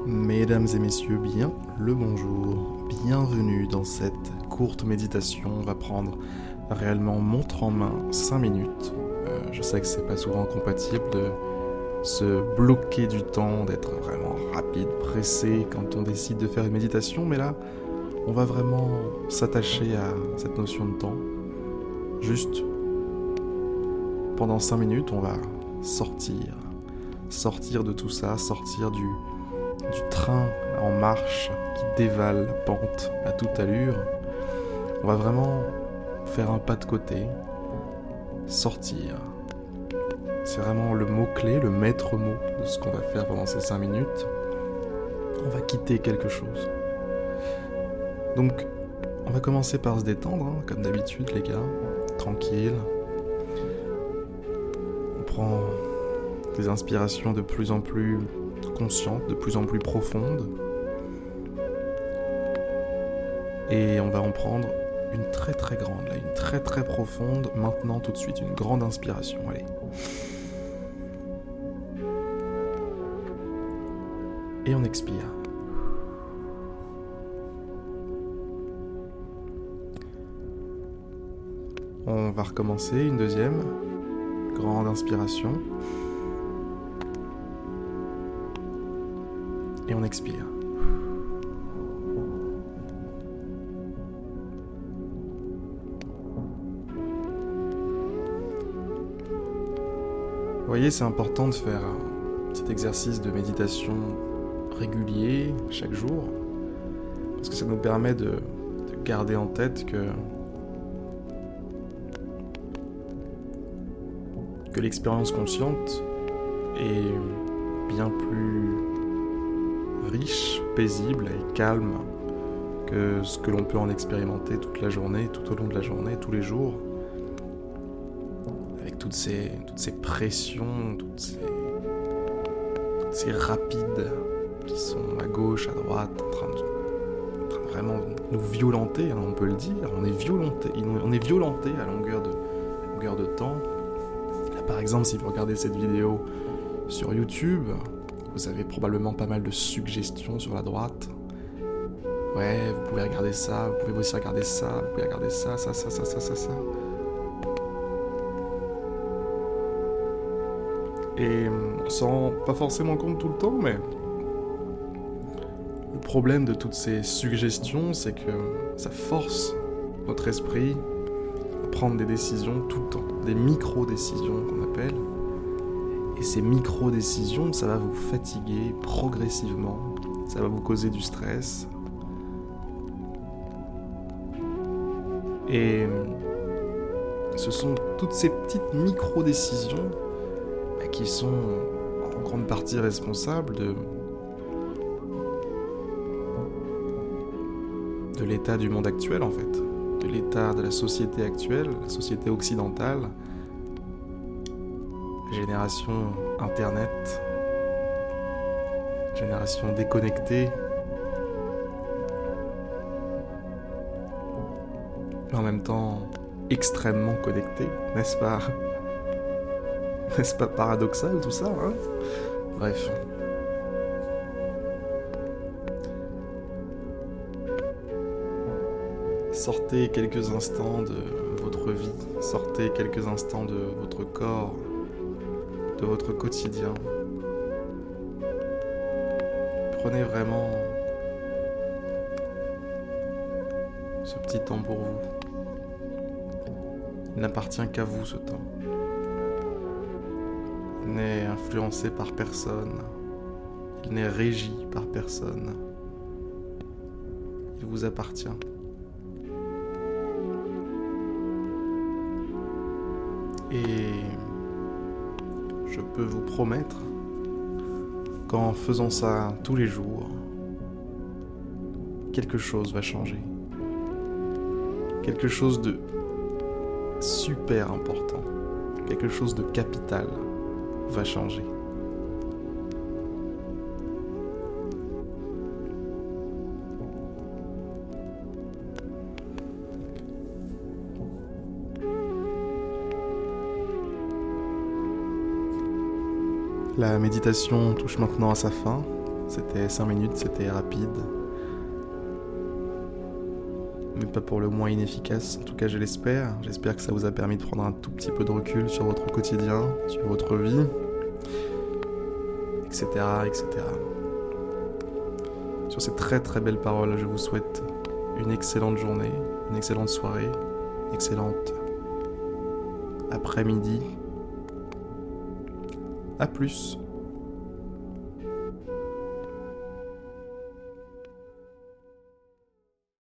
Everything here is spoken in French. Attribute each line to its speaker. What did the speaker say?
Speaker 1: Mesdames et messieurs, bien le bonjour. Bienvenue dans cette courte méditation. On va prendre réellement montre en main 5 minutes. Je sais que c'est pas souvent compatible de se bloquer du temps, d'être vraiment rapide, pressé quand on décide de faire une méditation, mais là, on va vraiment s'attacher à cette notion de temps. Juste pendant 5 minutes, on va sortir de tout ça, sortir du train en marche qui dévale la pente à toute allure. On va vraiment faire un pas de côté, sortir. C'est vraiment le mot-clé, le maître mot de ce qu'on va faire pendant ces 5 minutes. On va quitter quelque chose. Donc, on va commencer par se détendre, comme d'habitude les gars, tranquille. On prend des inspirations de plus en plus conscientes, de plus en plus profondes. Et on va en prendre une très très grande, là, une très très profonde, maintenant tout de suite, une grande inspiration, allez. Et on expire. On va recommencer, une deuxième, grande inspiration. Et on expire. Vous voyez, c'est important de faire cet exercice de méditation régulier, chaque jour, parce que ça nous permet de garder en tête que l'expérience consciente est bien plus riche, paisible et calme que ce que l'on peut en expérimenter toute la journée, tout au long de la journée, tous les jours, avec toutes ces pressions, toutes ces rapides qui sont à gauche, à droite, en train de vraiment nous violenter, on peut le dire. On est violenté à longueur de temps. Là, par exemple, si vous regardez cette vidéo sur YouTube, vous avez probablement pas mal de suggestions sur la droite. Ouais, vous pouvez regarder ça, vous pouvez aussi regarder ça, vous pouvez regarder ça. Et on s'en rend pas forcément compte tout le temps, mais le problème de toutes ces suggestions, c'est que ça force notre esprit à prendre des décisions tout le temps, des micro-décisions qu'on appelle. Et ces micro-décisions, ça va vous fatiguer progressivement, ça va vous causer du stress. Et ce sont toutes ces petites micro-décisions qui sont en grande partie responsables de l'état du monde actuel, en fait, de l'état de la société actuelle, la société occidentale, génération Internet, génération déconnectée, mais en même temps extrêmement connectée, n'est-ce pas? N'est-ce pas paradoxal tout ça, hein? Bref. Sortez quelques instants de votre vie, sortez quelques instants de votre corps, de votre quotidien. Prenez vraiment ce petit temps pour vous. Il n'appartient qu'à vous, ce temps. Il n'est influencé par personne. Il n'est régi par personne. Il vous appartient. Et je peux vous promettre qu'en faisant ça tous les jours, quelque chose va changer. Quelque chose de super important, quelque chose de capital va changer. La méditation touche maintenant à sa fin. C'était 5 minutes, c'était rapide. Mais pas pour le moins inefficace, en tout cas je l'espère. J'espère que ça vous a permis de prendre un tout petit peu de recul sur votre quotidien, sur votre vie, etc., etc. Sur ces très très belles paroles, je vous souhaite une excellente journée, une excellente soirée, une excellente après-midi. À plus.